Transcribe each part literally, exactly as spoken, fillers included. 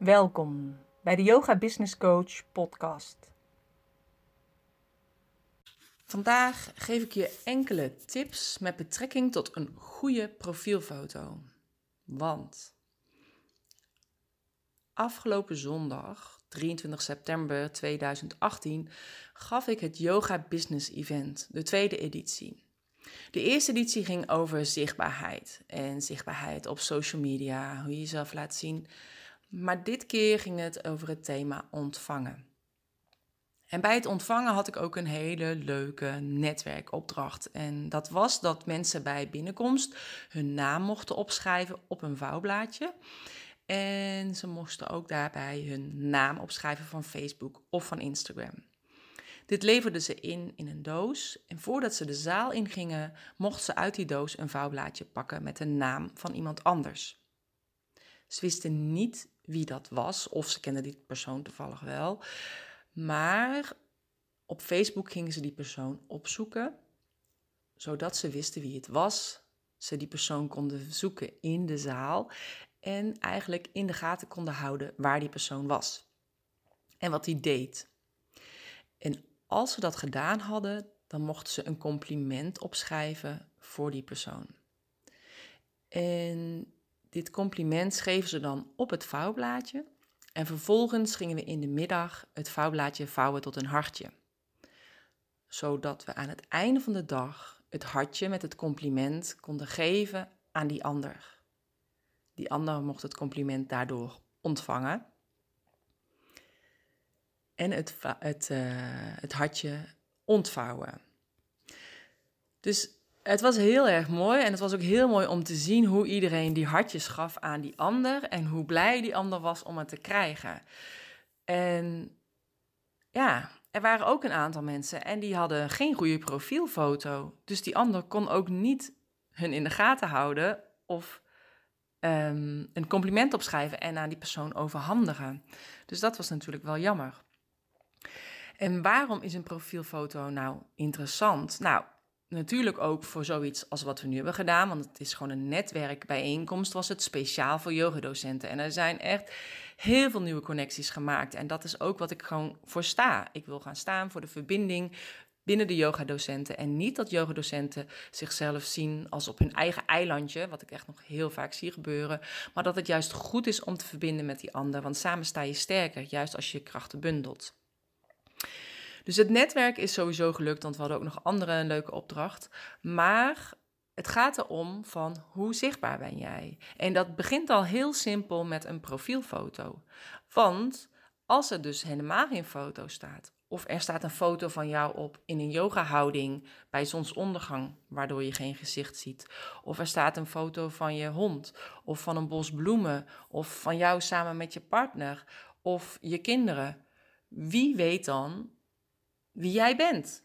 Welkom bij de Yoga Business Coach podcast. Vandaag geef ik je enkele tips met betrekking tot een goede profielfoto. Want afgelopen zondag, drieëntwintig september tweeduizend achttien, gaf ik het Yoga Business Event, de tweede editie. De eerste editie ging over zichtbaarheid en zichtbaarheid op social media, hoe je jezelf laat zien. Maar dit keer ging het over het thema ontvangen. En bij het ontvangen had ik ook een hele leuke netwerkopdracht. En dat was dat mensen bij binnenkomst hun naam mochten opschrijven op een vouwblaadje. En ze moesten ook daarbij hun naam opschrijven van Facebook of van Instagram. Dit leverden ze in in een doos. En voordat ze de zaal ingingen, mochten ze uit die doos een vouwblaadje pakken met de naam van iemand anders. Ze wisten niet wie dat was, of ze kenden die persoon toevallig wel. Maar op Facebook gingen ze die persoon opzoeken, zodat ze wisten wie het was. Ze die persoon konden zoeken in de zaal en eigenlijk in de gaten konden houden waar die persoon was en wat hij deed. En als ze dat gedaan hadden, dan mochten ze een compliment opschrijven voor die persoon. En dit compliment schreven ze dan op het vouwblaadje. En vervolgens gingen we in de middag het vouwblaadje vouwen tot een hartje. Zodat we aan het einde van de dag het hartje met het compliment konden geven aan die ander. Die ander mocht het compliment daardoor ontvangen. En het, het, uh, het hartje ontvouwen. Dus het was heel erg mooi en het was ook heel mooi om te zien hoe iedereen die hartjes gaf aan die ander en hoe blij die ander was om het te krijgen. En ja, er waren ook een aantal mensen en die hadden geen goede profielfoto. Dus die ander kon ook niet hun in de gaten houden of um, een compliment opschrijven en aan die persoon overhandigen. Dus dat was natuurlijk wel jammer. En waarom is een profielfoto nou interessant? Nou, natuurlijk ook voor zoiets als wat we nu hebben gedaan, want het is gewoon een netwerkbijeenkomst, was het speciaal voor yogadocenten. En er zijn echt heel veel nieuwe connecties gemaakt en dat is ook wat ik gewoon voor sta. Ik wil gaan staan voor de verbinding binnen de yogadocenten en niet dat yogadocenten zichzelf zien als op hun eigen eilandje, wat ik echt nog heel vaak zie gebeuren, maar dat het juist goed is om te verbinden met die ander, want samen sta je sterker, juist als je je krachten bundelt. Dus het netwerk is sowieso gelukt, want we hadden ook nog andere een leuke opdracht. Maar het gaat erom van hoe zichtbaar ben jij? En dat begint al heel simpel met een profielfoto. Want als er dus helemaal geen foto staat, of er staat een foto van jou op in een yogahouding bij zonsondergang, waardoor je geen gezicht ziet. Of er staat een foto van je hond, of van een bos bloemen, of van jou samen met je partner, of je kinderen. Wie weet dan wie jij bent?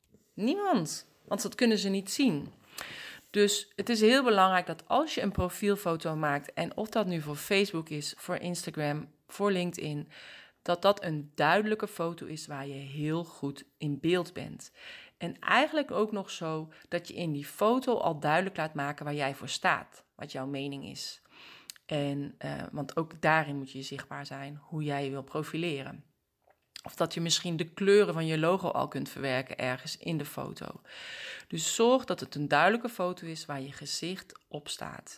Niemand, want dat kunnen ze niet zien. Dus het is heel belangrijk dat als je een profielfoto maakt, en of dat nu voor Facebook is, voor Instagram, voor LinkedIn, dat dat een duidelijke foto is waar je heel goed in beeld bent. En eigenlijk ook nog zo dat je in die foto al duidelijk laat maken waar jij voor staat, wat jouw mening is. En, uh, want ook daarin moet je zichtbaar zijn hoe jij je wil profileren. Of dat je misschien de kleuren van je logo al kunt verwerken ergens in de foto. Dus zorg dat het een duidelijke foto is waar je gezicht op staat.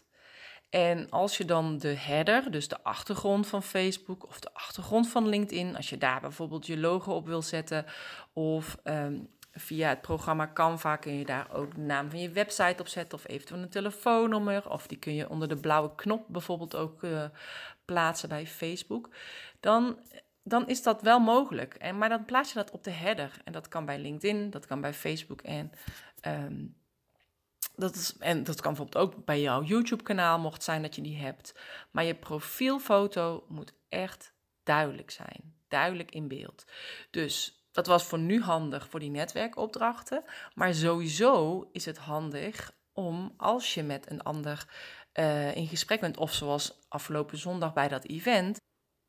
En als je dan de header, dus de achtergrond van Facebook of de achtergrond van LinkedIn, als je daar bijvoorbeeld je logo op wil zetten, of um, via het programma Canva kun je daar ook de naam van je website op zetten, of eventueel een telefoonnummer, of die kun je onder de blauwe knop bijvoorbeeld ook uh, plaatsen bij Facebook. Dan Dan is dat wel mogelijk. En, maar dan plaats je dat op de header. En dat kan bij LinkedIn, dat kan bij Facebook. En, um, dat, is, en dat kan bijvoorbeeld ook bij jouw YouTube-kanaal, mocht zijn dat je die hebt. Maar je profielfoto moet echt duidelijk zijn. Duidelijk in beeld. Dus dat was voor nu handig voor die netwerkopdrachten. Maar sowieso is het handig om, als je met een ander uh, in gesprek bent, of zoals afgelopen zondag bij dat event,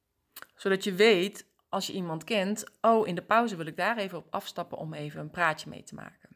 zodat je weet, als je iemand kent, oh, in de pauze wil ik daar even op afstappen om even een praatje mee te maken.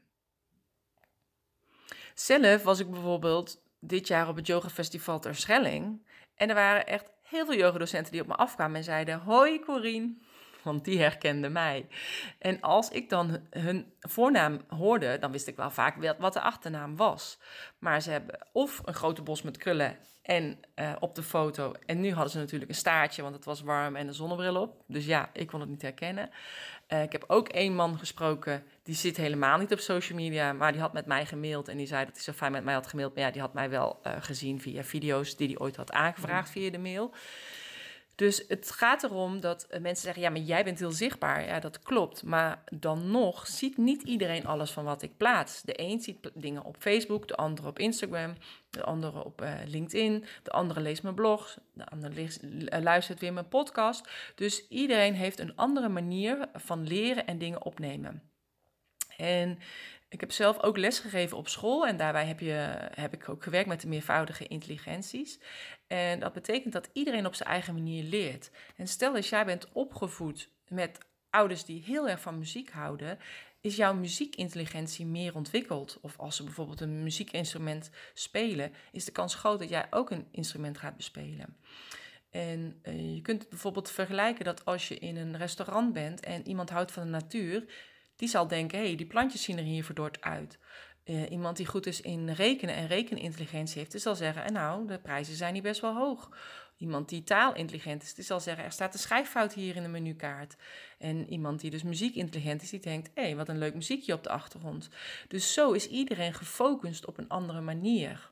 Zelf was ik bijvoorbeeld dit jaar op het Yoga Festival Terschelling en er waren echt heel veel yogadocenten die op me afkwamen en zeiden, hoi Corine, want die herkenden mij. En als ik dan hun voornaam hoorde, dan wist ik wel vaak wat de achternaam was. Maar ze hebben of een grote bos met krullen en uh, op de foto. En nu hadden ze natuurlijk een staartje, want het was warm en een zonnebril op. Dus ja, ik kon het niet herkennen. Uh, ik heb ook één man gesproken, die zit helemaal niet op social media, maar die had met mij gemaild en die zei dat hij zo fijn met mij had gemaild. Maar ja, die had mij wel uh, gezien via video's die hij ooit had aangevraagd via de mail. Dus het gaat erom dat mensen zeggen, ja, maar jij bent heel zichtbaar. Ja, dat klopt. Maar dan nog ziet niet iedereen alles van wat ik plaats. De een ziet dingen op Facebook, de andere op Instagram, de andere op uh, LinkedIn, de andere leest mijn blog, de andere leest, uh, luistert weer mijn podcast. Dus iedereen heeft een andere manier van leren en dingen opnemen. En ik heb zelf ook lesgegeven op school en daarbij heb, je, heb ik ook gewerkt met de meervoudige intelligenties. En dat betekent dat iedereen op zijn eigen manier leert. En stel dat jij bent opgevoed met ouders die heel erg van muziek houden, is jouw muziekintelligentie meer ontwikkeld. Of als ze bijvoorbeeld een muziekinstrument spelen, is de kans groot dat jij ook een instrument gaat bespelen. En uh, je kunt het bijvoorbeeld vergelijken dat als je in een restaurant bent en iemand houdt van de natuur, die zal denken, hé, hey, die plantjes zien er hier verdord uit. Uh, iemand die goed is in rekenen en rekenintelligentie heeft, die zal zeggen, en nou, de prijzen zijn hier best wel hoog. Iemand die taalintelligent is, die zal zeggen, er staat een schrijffout hier in de menukaart. En iemand die dus muziekintelligent is, die denkt, hé, hey, wat een leuk muziekje op de achtergrond. Dus zo is iedereen gefocust op een andere manier.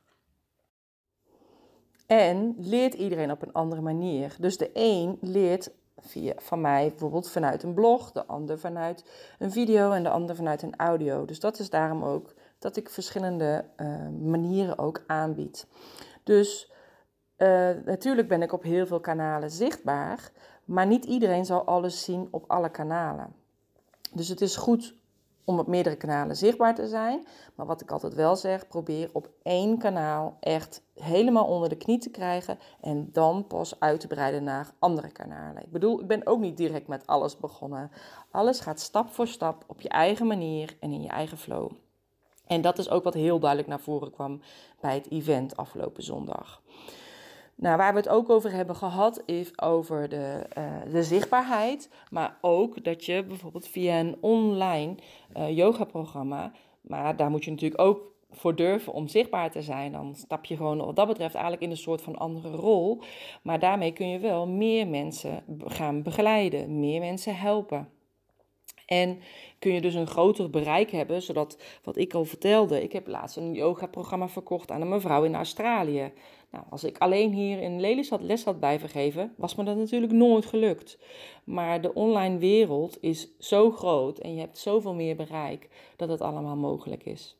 En leert iedereen op een andere manier. Dus de een leert via, van mij bijvoorbeeld vanuit een blog, de ander vanuit een video en de ander vanuit een audio. Dus dat is daarom ook dat ik verschillende uh, manieren ook aanbied. Dus uh, natuurlijk ben ik op heel veel kanalen zichtbaar, maar niet iedereen zal alles zien op alle kanalen. Dus het is goed om op meerdere kanalen zichtbaar te zijn. Maar wat ik altijd wel zeg, probeer op één kanaal echt helemaal onder de knie te krijgen en dan pas uit te breiden naar andere kanalen. Ik bedoel, ik ben ook niet direct met alles begonnen. Alles gaat stap voor stap op je eigen manier en in je eigen flow. En dat is ook wat heel duidelijk naar voren kwam bij het event afgelopen zondag. Nou, waar we het ook over hebben gehad, is over de, uh, de zichtbaarheid. Maar ook dat je bijvoorbeeld via een online uh, yoga-programma, maar daar moet je natuurlijk ook voor durven om zichtbaar te zijn. Dan stap je gewoon wat dat betreft eigenlijk in een soort van andere rol. Maar daarmee kun je wel meer mensen gaan begeleiden, meer mensen helpen. En kun je dus een groter bereik hebben, zodat, wat ik al vertelde, ik heb laatst een yoga-programma verkocht aan een mevrouw in Australië. Nou, als ik alleen hier in Lelystad les had bijgegeven, was me dat natuurlijk nooit gelukt. Maar de online wereld is zo groot en je hebt zoveel meer bereik dat het allemaal mogelijk is.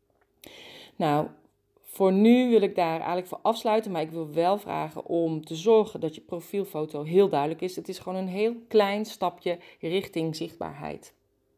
Nou, voor nu wil ik daar eigenlijk voor afsluiten, maar ik wil wel vragen om te zorgen dat je profielfoto heel duidelijk is. Het is gewoon een heel klein stapje richting zichtbaarheid.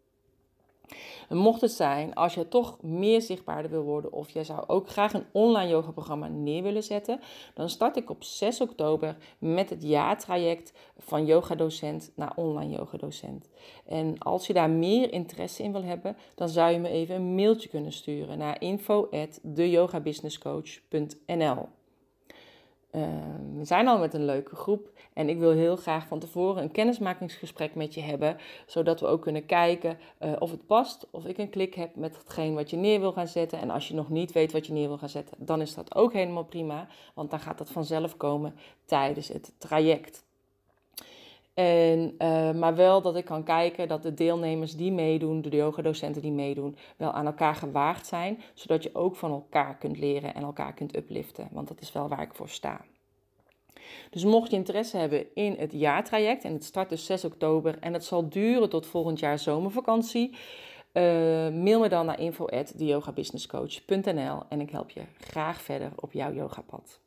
En mocht het zijn, als je toch meer zichtbaarder wil worden of jij zou ook graag een online yoga programma neer willen zetten, dan start ik op zes oktober met het jaartraject van yogadocent naar online yogadocent. En als je daar meer interesse in wil hebben, dan zou je me even een mailtje kunnen sturen naar info at de yoga business coach punt n l. Uh, we zijn al met een leuke groep en ik wil heel graag van tevoren een kennismakingsgesprek met je hebben, zodat we ook kunnen kijken uh, of het past, of ik een klik heb met hetgeen wat je neer wil gaan zetten. En als je nog niet weet wat je neer wil gaan zetten, dan is dat ook helemaal prima, want dan gaat dat vanzelf komen tijdens het traject. En, uh, maar wel dat ik kan kijken dat de deelnemers die meedoen, de yogadocenten die meedoen, wel aan elkaar gewaagd zijn, zodat je ook van elkaar kunt leren en elkaar kunt upliften. Want dat is wel waar ik voor sta. Dus mocht je interesse hebben in het jaartraject, en het start dus zes oktober en het zal duren tot volgend jaar zomervakantie, uh, mail me dan naar info at de yoga business coach punt n l en ik help je graag verder op jouw yogapad.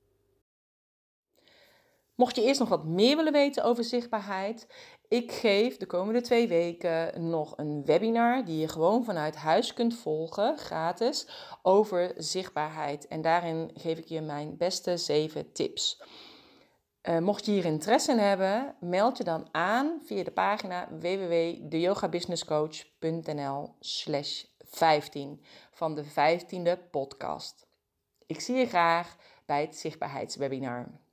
Mocht je eerst nog wat meer willen weten over zichtbaarheid, ik geef de komende twee weken nog een webinar die je gewoon vanuit huis kunt volgen, gratis, over zichtbaarheid. En daarin geef ik je mijn beste zeven tips. Uh, mocht je hier interesse in hebben, meld je dan aan via de pagina w w w punt de yoga business coach punt n l slash vijftien van de vijftiende podcast. Ik zie je graag bij het zichtbaarheidswebinar.